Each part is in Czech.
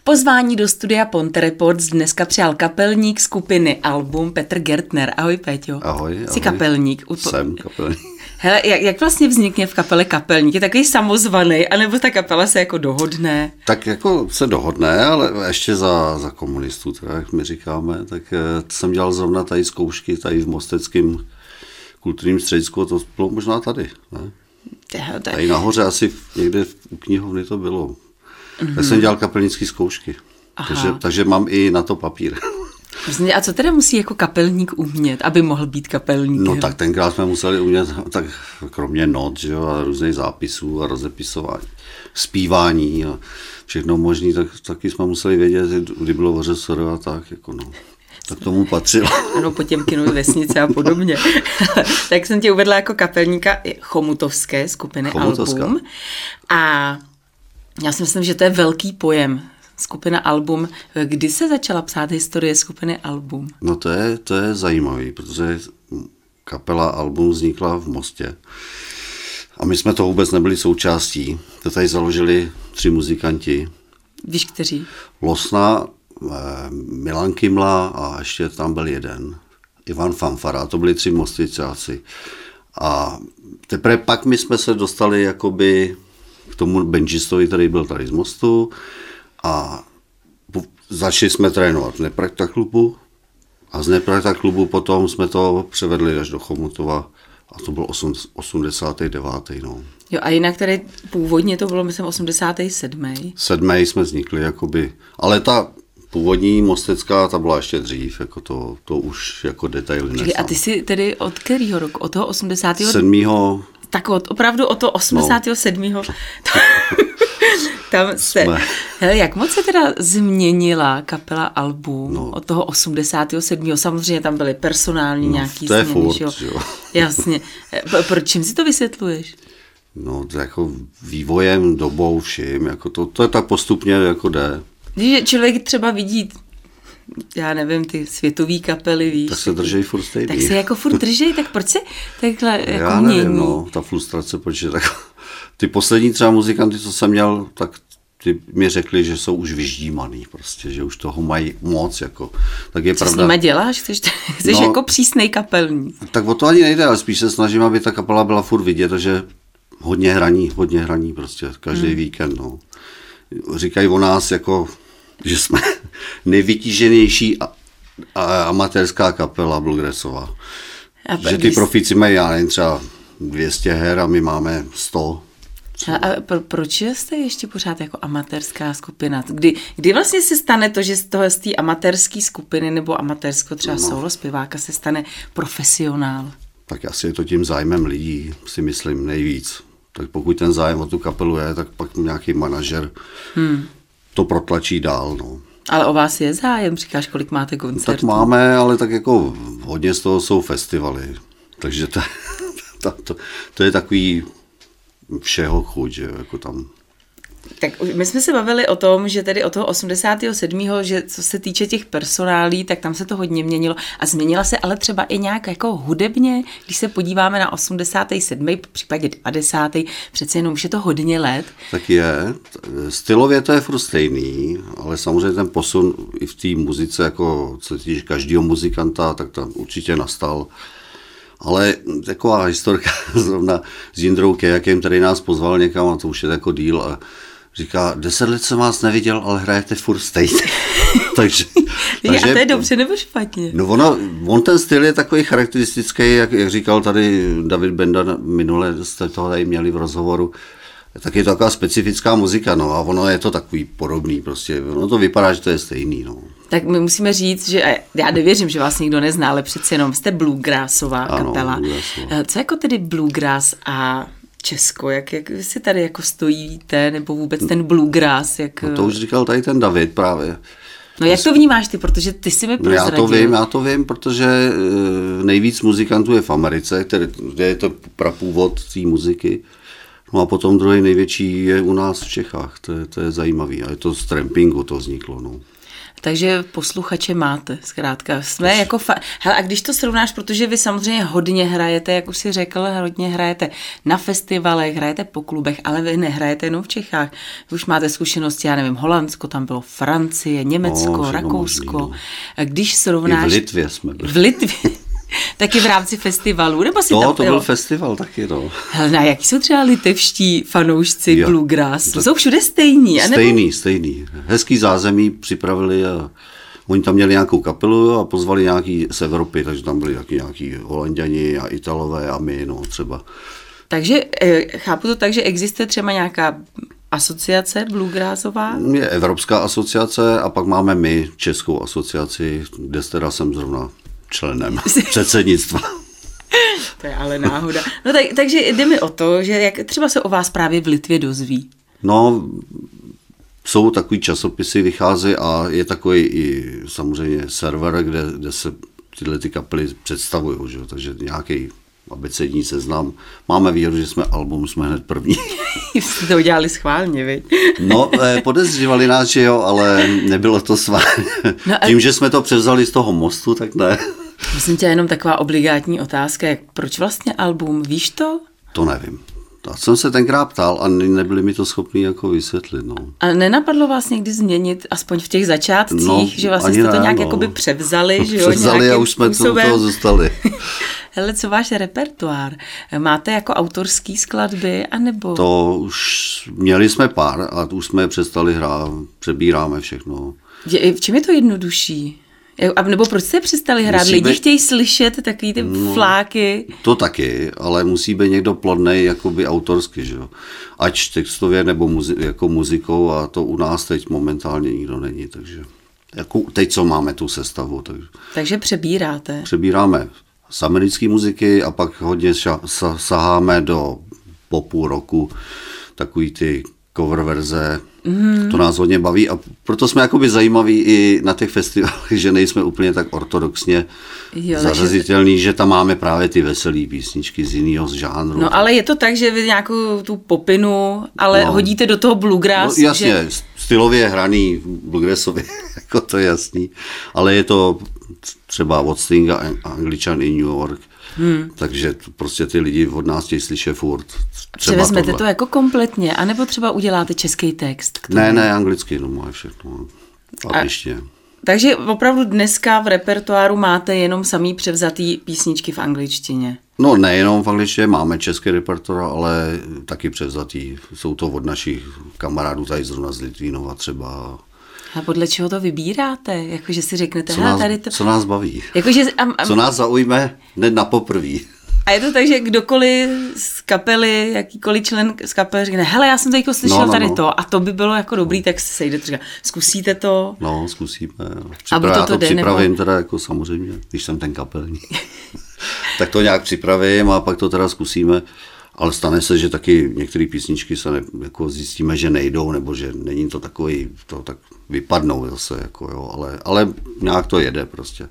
Pozvání do studia Ponte Reports dneska přijal kapelník skupiny Album Petr Gertner. Ahoj, Péťo. Ahoj. Jsi kapelník. Jsem kapelník. Hele, jak vlastně vznikne v kapele kapelník? Je takový samozvaný, anebo ta kapela se jako dohodne? Tak jako se dohodne, ale ještě za komunistů, teda, jak my říkáme, tak jsem dělal zrovna tady zkoušky tady v Mosteckém kulturním středisku a to bylo možná tady, ne? Tady nahoře asi někde u knihovny to bylo. Tak jsem dělal kapelnické zkoušky, takže mám i na to papír. A co teda musí jako kapelník umět, aby mohl být kapelníkem? No tak tenkrát jsme museli umět, tak kromě not, že jo, a různých zápisů a rozepisování, zpívání a všechno možný, tak taky jsme museli vědět, kdy bylo VŘSR a tak, jako no. Tak tomu patřilo. Ano, Potěmkinovy vesnice a podobně. Tak jsem tě uvedla jako kapelníka chomutovské skupiny Album. A já si myslím, že to je velký pojem. Skupina Album. Kdy se začala psát historie skupiny Album? No to je zajímavý, protože kapela Album vznikla v Mostě. A my jsme to vůbec nebyli součástí. To tady založili 3 muzikanti. Víš, kteří? Losna, Milan Kimla a ještě tam byl jeden. Ivan Fanfara, to byli 3 mostvičáci. A teprve pak my jsme se dostali jakoby k tomu benžistovi, který byl tady z Mostu, a začali jsme trénovat v Neprakta klubu a z Neprakta klubu potom jsme to převedli až do Chomutova a to byl 89. No. Jo, a jinak tady původně to bylo, myslím, 87. 7. jsme vznikli, jakoby, ale ta původní mostecká, ta byla ještě dřív, jako to už jako detaily neznám. A ty jsi tedy od kterého roku? Od toho 87. Tak opravdu od toho 87. No. Tam se... Hele, jak moc se teda změnila kapela Album od toho 87. Samozřejmě tam byly personální nějaký změny. To je furt, jo. Jasně. Proč čím si to vysvětluješ? No, to jako vývojem, dobou, vším, jako to je tak postupně, jako jde. Když člověk třeba vidí, já nevím, ty světový kapely, víš. Tak se držej furt stejný. Tak se jako furt držej, tak proč se takhle jako já mění? Nevím, no, ta frustrace, protože tak... Ty poslední třeba muzikanty, co jsem měl, tak ty mi řekli, že jsou už vyždímaný prostě, že už toho mají moc, jako. Tak je co pravda. S nima děláš? Chceš jako přísnej kapelník. Tak o to ani nejde, ale spíš se snažím, aby ta kapela byla furt vidět, že hodně hraní prostě, každý víkend, no. Říkají o nás, jako, že jsme nejvytíženější amatérská kapela bluegrassová. Že ty profíci mají, já nevím, třeba 200 her a my máme 100. A proč jste ještě pořád jako amatérská skupina? Kdy vlastně se stane to, že z té amatérské skupiny nebo amatérského třeba solo zpěváka se stane profesionál? Tak asi je to tím zájmem lidí, si myslím, nejvíc. Tak pokud ten zájem o tu kapelu je, tak pak nějaký manažer to protlačí dál. No. Ale o vás je zájem? Říkáš, kolik máte koncertů? Tak máme, ale tak jako hodně z toho jsou festivaly. Takže to je takový všeho chuť, že jako tam. Tak my jsme se bavili o tom, že tedy od toho 87., že co se týče těch personálí, tak tam se to hodně měnilo a změnila se ale třeba i nějak jako hudebně, když se podíváme na 87., v případě 90., přece jenom už je to hodně let. Tak je, stylově to je furt stejný, ale samozřejmě ten posun i v té muzice, jako co se týče každého muzikanta, tak tam určitě nastal. Ale taková historka zrovna s Jindrou Kejakem, který nás pozval někam, a to už je jako díl, a říká, 10 let jsem vás neviděl, ale hrajete furt stejně. takže, a to je dobře nebo špatně? No on ten styl je takový charakteristický, jak říkal tady David Benda, minule jste toho tady měli v rozhovoru, tak je to taková specifická muzika, no a ono je to takový podobný prostě, ono to vypadá, že to je stejný, no. Tak my musíme říct, že já nevěřím, že vás nikdo nezná, ale přece jenom jste bluegrassová kapela. Bluegrassová. Co jako tedy bluegrass a Česko, jak si tady jako stojíte, nebo vůbec ten bluegrass? No to už říkal tady ten David právě. No jak to vnímáš ty, protože ty si mi prozradil. Já to vím, protože nejvíc muzikantů je v Americe, kde je to prapůvod té muziky. No a potom druhý největší je u nás v Čechách, to je zajímavý. A je to z trampingu to vzniklo, no. Takže posluchače máte, zkrátka. Jsme jako hele, a když to srovnáš, protože vy samozřejmě hodně hrajete, jak už si řekl, hodně hrajete na festivalech, hrajete po klubech, ale vy nehrajete jenom v Čechách. Vy už máte zkušenosti, já nevím, Holandsko, tam bylo Francie, Německo, Rakousko. Možný, no. A když srovnáš... I v Litvě jsme byli. V Litvě. Taky v rámci festivalu, nebo si tam... To byl festival taky, no. Hele, jaký jsou třeba litevští fanoušci Bluegrass? Jsou všude stejní, anebo... Stejný. Hezký zázemí připravili a oni tam měli nějakou kapelu a pozvali nějaký z Evropy, takže tam byli nějaký Holanďani a Italové a my, no, třeba. Takže chápu to tak, že existuje třeba nějaká asociace bluegrassová? Je Evropská asociace a pak máme my Českou asociaci, kde teda jsem zrovna členem předsednictva. To je ale náhoda. No takže jde mi o to, že jak třeba se o vás právě v Litvě dozví. No, jsou takový časopisy, vychází a je takový i samozřejmě server, kde se tyhle ty kapely představují, že? Takže nějaký abecední seznam. Máme výhodu, že jsme hned první. Jste to udělali schválně, viď? No, podezřívali nás, že jo, ale nebylo to schválně. No, tím, že jsme to převzali z toho mostu, tak ne. Myslím tě, jenom taková obligátní otázka, proč vlastně album, víš to? To nevím. Já jsem se tenkrát ptal a nebyli mi to schopni jako vysvětlit. No. A nenapadlo vás někdy změnit, aspoň v těch začátcích, že vlastně jste to nějak jakoby převzali, že jo? Převzali a už jsme toho zůstali. Hele, co váš repertoár? Máte jako autorský skladby, anebo? To už měli jsme pár a už jsme je přestali hrát, přebíráme všechno. V čem je to jednodušší? Nebo proč jste přestali hrát? Lidi chtějí slyšet takový ty fláky. To taky, ale musí být někdo plodnej jakoby autorsky, že jo. Ať textově nebo jako muzikou a to u nás teď momentálně nikdo není, takže jako teď, co máme tu sestavu. Takže přebíráte. Přebíráme z americké muziky a pak hodně saháme do popu, roku, takový ty cover verze. To nás hodně baví a proto jsme jakoby zajímaví i na těch festivalech, že nejsme úplně tak ortodoxně zařazitelný, že tam máme právě ty veselý písničky z jiného žánru. No ale je to tak, že vy nějakou tu popinu, ale hodíte do toho bluegrass. No, jasně, že... stylově hraný bluegrassově, jako to je jasný, ale je to třeba od Stinga Angličan in New York. Takže prostě ty lidi od nás chtějí slyšet furt. Převezmete to jako kompletně, anebo třeba uděláte český text? Ne, anglicky, no má všechno. Angličtině. Takže opravdu dneska v repertoáru máte jenom samý převzatý písničky v angličtině? No nejenom v angličtině, máme český repertoár, ale taky převzatý. Jsou to od našich kamarádů tady zrovna z Litvínova třeba. A podle čeho to vybíráte? Jakože si řeknete, co nás baví? Jakože, co nás zaujme hned na poprví. A je to tak, že kdokoliv z kapely, jakýkoliv člen z kapely řekne, hele, já jsem tady slyšel tady to a to by bylo jako dobrý, tak se sejde třeba. Zkusíte to? No, zkusíme. Já to připravím teda jako samozřejmě, když jsem ten kapelní. Tak to nějak připravím a pak to teda zkusíme. Ale stane se, že taky některé písničky se jako zjistíme, že nejdou, nebo že není to takový, to tak vypadnou zase, jako jo, ale nějak to jede prostě.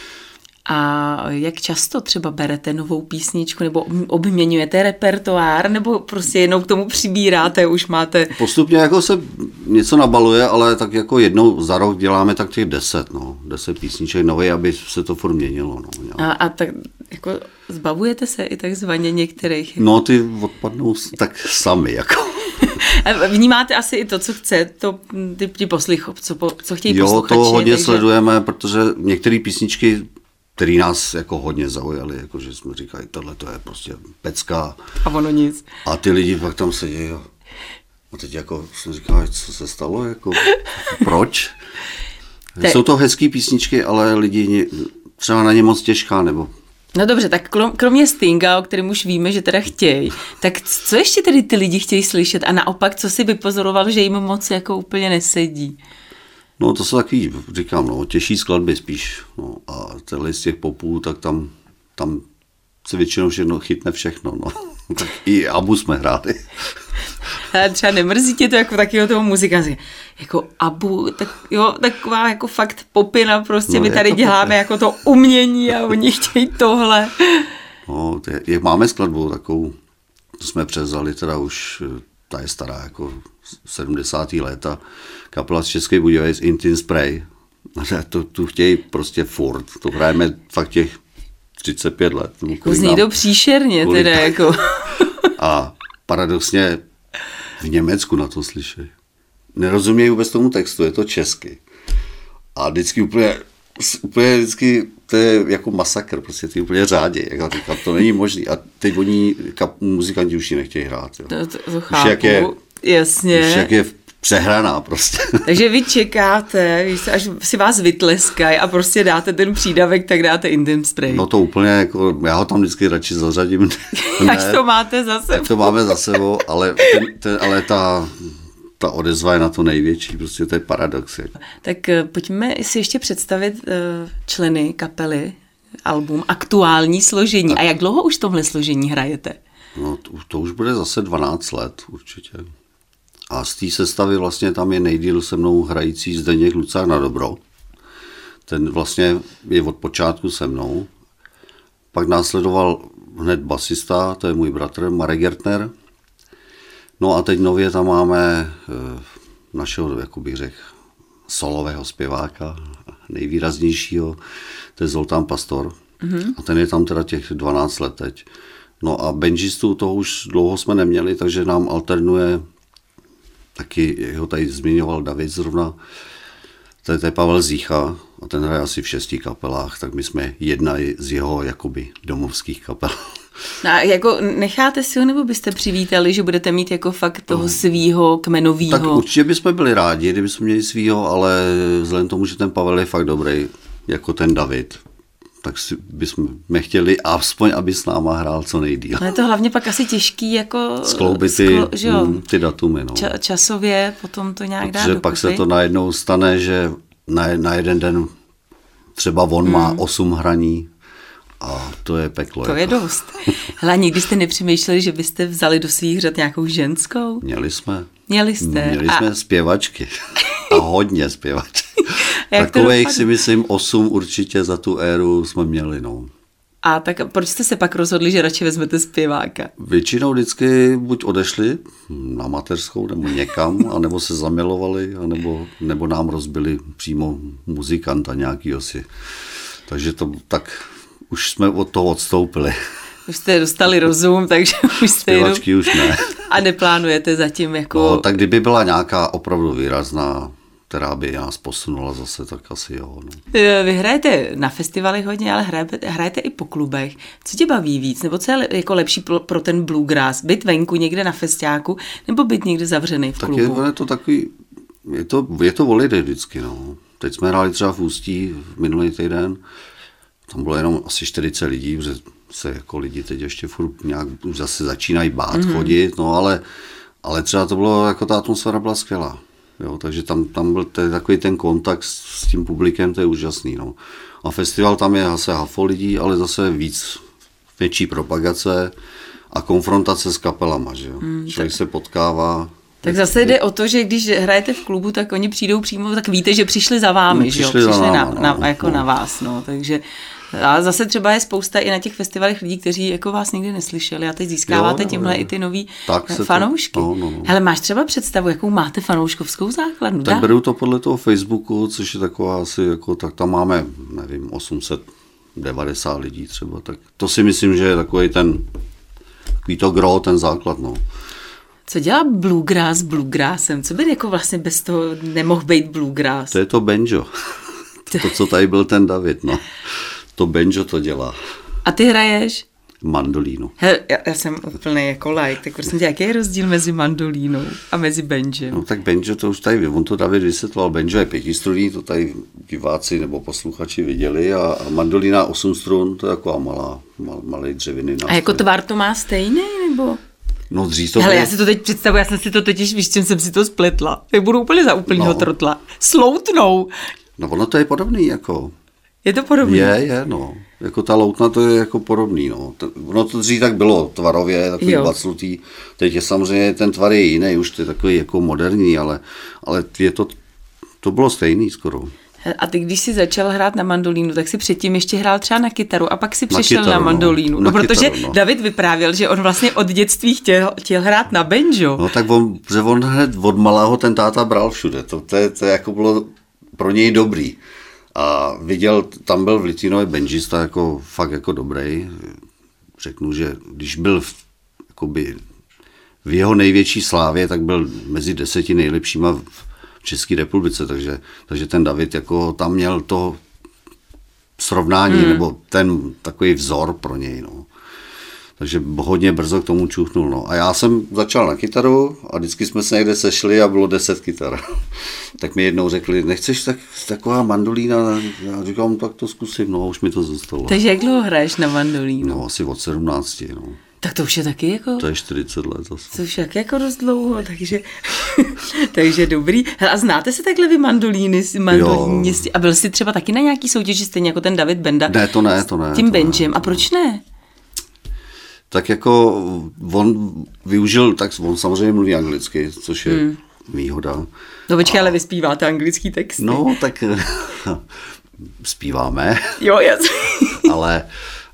A jak často třeba berete novou písničku, nebo obměňujete repertoár, nebo prostě jenom k tomu přibíráte, už máte... Postupně jako se něco nabaluje, ale tak jako jednou za rok děláme tak těch 10 písniček nových, aby se to furt měnilo. No. A tak jako zbavujete se i takzvaně některých? No ty odpadnou tak sami, jako... Vnímáte asi i to, co chce, ty co chtějí posluchači. Jo, to hodně sledujeme, protože některé písničky, který nás jako hodně zaujaly, jako že jsme říkali, tohle to je prostě pecka. A ono nic. A ty lidi pak tam sedí a teď jako jsem říkal, co se stalo, jako proč? Jsou to hezký písničky, ale lidi třeba na ně moc těžká, nebo... No dobře, tak kromě Stinga, o kterém už víme, že teda chtějí, tak co ještě tedy ty lidi chtějí slyšet a naopak, co si vypozoroval, že jim moc jako úplně nesedí? No to jsou takový, říkám, těžší skladby spíš. No, a tenhle z těch popů, tak tam se většinou chytne všechno. No. Tak i Abu jsme hráli. Ale třeba nemrzí tě to jako takového toho muzika. Jako Abu, tak jo, taková jako fakt popina, prostě my tady děláme jako to umění a oni chtějí tohle. No, jak máme skladbu takovou, to jsme převzali teda už, ta je stará jako 70. léta, kapela z České Budějovic, Intin Spray, Tu chtějí prostě furt. To hrajeme fakt těch 35 let. Zní to příšerně teda jako. A paradoxně v Německu na to slyšejí. Nerozumějí vůbec tomu textu, je to česky. A vždycky úplně vždycky, to je jako masakr, prostě ty úplně řádí. Jak říkám, to není možný. A teď oni, muzikanti už ji nechtějí hrát. Jo. To chápu, jasně. Už jak je přehraná prostě. Takže vy čekáte, až si vás vytleskají a prostě dáte ten přídavek, tak dáte Intim Spray. No to úplně jako, já ho tam vždycky radši zařadím. Až to máte za sebou. Tak to máme za sebou, ale ta odezva je na to největší, prostě to je paradox. Tak pojďme si ještě představit členy kapely, album, aktuální složení. A jak dlouho už v tomhle složení hrajete? No to už bude zase 12 let určitě. A z té sestavy vlastně tam je nejdýl se mnou hrající Zdeněk Lucák na dobro. Ten vlastně je od počátku se mnou. Pak následoval hned basista, to je můj bratr Marek Gertner. No a teď nově tam máme našeho, jak bych řekl, solového zpěváka, nejvýraznějšího, to je Zoltán Pastor. Mm-hmm. A ten je tam teda těch 12 let teď. No a benžistu toho už dlouho jsme neměli, takže nám alternuje, taky ho tady zmiňoval David zrovna, to je Pavel Zícha a ten hraje asi v 6 kapelách, tak my jsme jedna z jeho jakoby domovských kapel. No a jako necháte si ho, nebo byste přivítali, že budete mít jako fakt toho svýho kmenovýho? Tak určitě bychom byli rádi, kdybychom měli svýho, ale vzhledem tomu, že ten Pavel je fakt dobrý, jako ten David, tak si bychom chtěli aspoň, aby s náma hrál co nejdýl. Ale je to hlavně pak asi těžký jako skloubit ty datumy. No. Časově potom to nějak dá dokupy. Pak se to najednou stane, že na jeden den třeba on má 8 hraní a to je peklo. To je dost. Hele, nikdy jste nepřemýšleli, že byste vzali do svých řad nějakou ženskou? Měli jsme. Měli jste. Měli jsme zpěvačky. A hodně zpěvaček. Takových si myslím 8 určitě za tu éru jsme měli. No. A tak proč jste se pak rozhodli, že radši vezmete zpěváka? Většinou vždycky buď odešli na mateřskou nebo někam, anebo se zamilovali, nebo nám rozbili přímo muzikanta nějakýho si. Takže to tak už jsme od toho odstoupili. Už jste dostali rozum, takže už jste zpěvačky už ne. A neplánujete zatím jako... No, tak kdyby byla nějaká opravdu výrazná, která by nás posunula zase, tak asi jo. No. Vy hrajete na festivalech hodně, ale hrajete i po klubech. Co tě baví víc? Nebo co je jako lepší pro ten bluegrass? Být venku někde na festiáku, nebo být někde zavřený v klubu? Tak je to takový, je to o lidech vždycky. No. Teď jsme hráli třeba v Ústí minulý týden, tam bylo jenom asi 40 lidí, protože se jako lidi teď ještě furt nějak už zase začínají bát chodit, no ale třeba to bylo, jako ta atmosféra byla skvělá. Jo, takže tam byl takový ten kontakt s tím publikem, to je úžasný. No. A festival tam je zase hafo lidí, ale zase větší propagace a konfrontace s kapelama, že jo. Člověk se potkává. Tak zase jde o to, že když hrajete v klubu, tak oni přijdou přímo, tak víte, že přišli za vámi, že jo, přišli na vás, no, takže a zase třeba je spousta i na těch festivalech lidí, kteří jako vás nikdy neslyšeli a teď získáváte tímhle i ty nový fanoušky. No. Hele, máš třeba představu, jakou máte fanouškovskou základnu? Tak beru to podle toho Facebooku, což je taková asi, jako, tak tam máme, nevím, 890 lidí třeba, tak to si myslím, že je takový to gro, ten základ, no. Co dělá bluegrass bluegrassem? Co by jako vlastně bez toho nemohl být bluegrass? To je to banjo. To, co tady byl ten David, no. To banjo to dělá. A ty hraješ? Mandolínu. Hele, já jsem úplně jako like, tak prosím tě, jaký je rozdíl mezi mandolínou a mezi banjem? No tak banjo to už tady, on to David vysvětloval, banjo je 5 struní, to tady diváci nebo posluchači viděli a mandolína 8 strun, to je taková malý dřevěný nástroj. A jako tvar to má stejný, nebo? No dřív to hele, já si to teď představuji, já jsem si to totiž, víš, čím jsem si to spletla. Já budu úplně za úplnýho trotla. Sloutnou. No ono to je podobný, jako. Je to podobný? Je, no. Jako ta loutna to je jako podobný, no. Ono to dřív tak bylo tvarově, takový baclutý. Teď je samozřejmě ten tvar je jiný, už to je takový jako moderní, ale je to bylo stejný skoro. A ty, když jsi začal hrát na mandolínu, tak si předtím ještě hrál třeba na kytaru a pak si přišel na mandolínu. No, protože David vyprávěl, že on vlastně od dětství chtěl hrát na banjo. No tak on hned od malého ten táta bral všude. To jako bylo pro něj dobrý. A viděl, tam byl v Litvínově benžista jako fakt jako dobrý. Řeknu, že když byl v jeho největší slávě, tak byl mezi 10 nejlepšíma v České republice, takže ten David jako tam měl to srovnání nebo ten takový vzor pro něj. No. Takže hodně brzo k tomu čuchnul. No. A já jsem začal na kytaru a vždycky jsme se někde sešli a bylo 10 kytar. Tak mi jednou řekli, nechceš taková mandolína? Já říkám, tak to zkusím, no a už mi to zůstalo. Takže jak dlouho hraješ na mandolínu? No asi od 17. No. Tak to už je taky jako... To je 40 let zase. To už je jako dost dlouho, takže dobrý. Hele, a znáte se takhle vy mandolínisti? A byl jsi třeba taky na nějaký soutěži, stejně jako ten David Benda? Ne, to ne. Tím Benjem. A proč ne? Tak jako on využil, tak on samozřejmě mluví anglicky, což je výhoda. No počkej, ale vy zpíváte anglický texty. No, tak zpíváme. Jo, jasně. Ale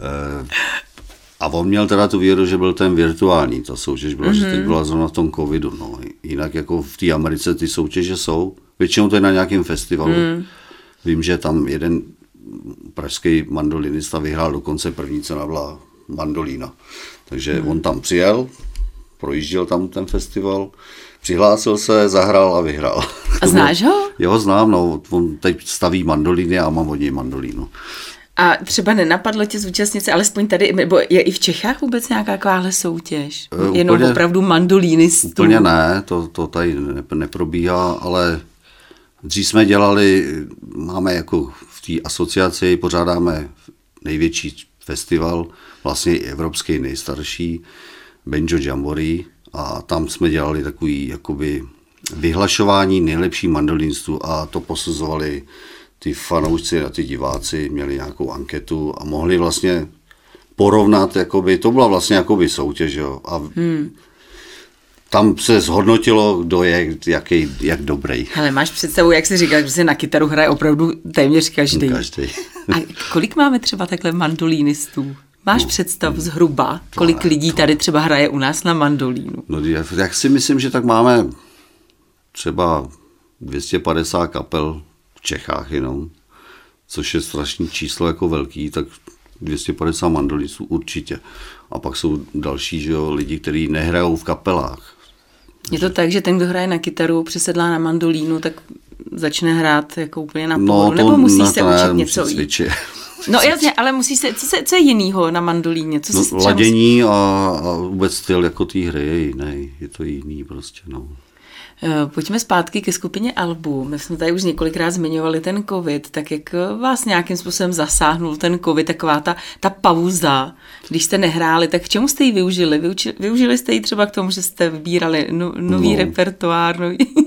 a on měl teda tu výhodu, že byl ten virtuální, ta soutěž byla, že teď byla zrovna v tom covidu. No. Jinak jako v té Americe ty soutěže jsou, většinou to je na nějakém festivalu. Vím, že tam jeden pražský mandolinista vyhrál dokonce první cena byla mandolína. Takže on tam přijel, projížděl tam ten festival, přihlásil se, zahrál a vyhrál. A znáš ho? Jo, znám, no. On teď staví mandolíny a já mám od něj mandolínu. A třeba nenapadlo tě zúčastnit se, alespoň tady, nebo je i v Čechách vůbec nějaká takováhle soutěž? Jenom opravdu mandolínistů? Úplně ne, to tady neprobíhá, ale dřív jsme dělali, máme jako v té asociaci, pořádáme největší festival, vlastně i evropský nejstarší, Banjo Jamboree, a tam jsme dělali takový jakoby vyhlašování nejlepších mandolínistů a to posuzovali ty fanoušci a ty diváci, měli nějakou anketu a mohli vlastně porovnat, jakoby, to byla vlastně jakoby soutěž, jo, a tam se zhodnotilo, kdo je jak dobrý. Ale máš představu, jak jsi říkal, že se na kytaru hraje opravdu téměř každý. A kolik máme třeba takhle mandolínistů? Máš představu zhruba, kolik lidí tady třeba hraje u nás na mandolínu? No, jak si myslím, že tak máme třeba 250 kapel v Čechách jenom, což je strašný číslo jako velký, tak 250 mandolínistů určitě. A pak jsou další, že jo, lidi, kteří nehrajou v kapelách. Je to tak, že ten, kdo hraje na kytaru, přesedlá na mandolínu, tak začne hrát jako úplně na pohodu, nebo musí se učit něco jít? No jasně, ale musí se, co je jinýho na mandolíně? Ladění a vůbec styl jako té hry je jiný, je to jiný prostě, no. Pojďme zpátky ke skupině Album. My jsme tady už několikrát zmiňovali ten covid, tak jak vás nějakým způsobem zasáhnul ten covid, taková ta pauza, když jste nehráli, tak k čemu jste ji využili? Využili jste ji třeba k tomu, že jste vybírali nový repertoár?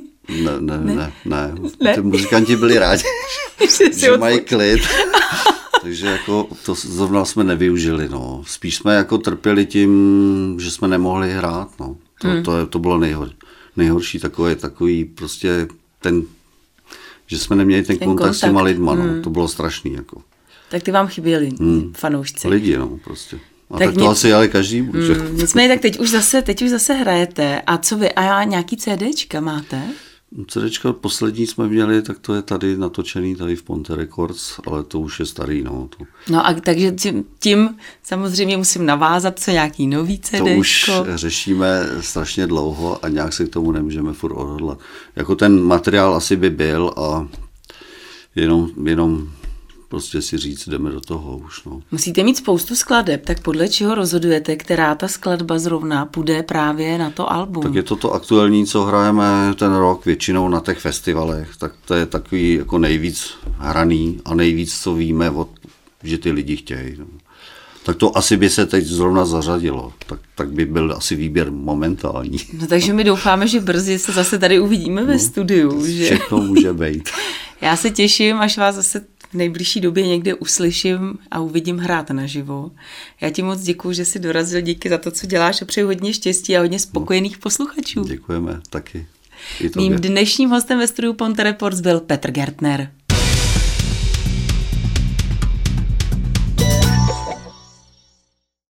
Ne. Ty muzikanti byli rádi, že mají klid. Takže jako to zrovna jsme nevyužili, no. Spíš jsme jako trpěli tím, že jsme nemohli hrát, no. To bylo nejhorší takový prostě že jsme neměli ten kontakt s těma lidma, no. To bylo strašný, jako. Tak ty vám chyběli, fanoušci. Lidi, no, prostě. A tak to asi ale každý může. Nicméně, tak teď už zase hrajete. A co vy? A nějaký CDčka máte? CDčka poslední jsme měli, tak to je tady natočený tady v Ponte Records, ale to už je starý, no. No a takže tím samozřejmě musím navázat, co nějaký nový CDčko. To už řešíme strašně dlouho a nějak se k tomu nemůžeme furt odhodlat. Jako ten materiál asi by byl a jenom prostě si říct, jdeme do toho už. No. Musíte mít spoustu skladeb, tak podle čeho rozhodujete, která ta skladba zrovna půjde právě na to album? Tak je to aktuální, co hrajeme ten rok většinou na těch festivalech, tak to je takový jako nejvíc hraný a nejvíc, co víme, že ty lidi chtějí. No. Tak to asi by se teď zrovna zařadilo, tak by byl asi výběr momentální. No takže my doufáme, že brzy se zase tady uvidíme ve studiu. Že? Všechno může být. Já se těším, až vás zase v nejbližší době někde uslyším a uvidím hrát naživo. Já ti moc děkuju, že jsi dorazil, díky za to, co děláš a přeji hodně štěstí a hodně spokojených posluchačů. Děkujeme taky. Mým dnešním hostem ve studiu Ponte Reports byl Petr Gertner.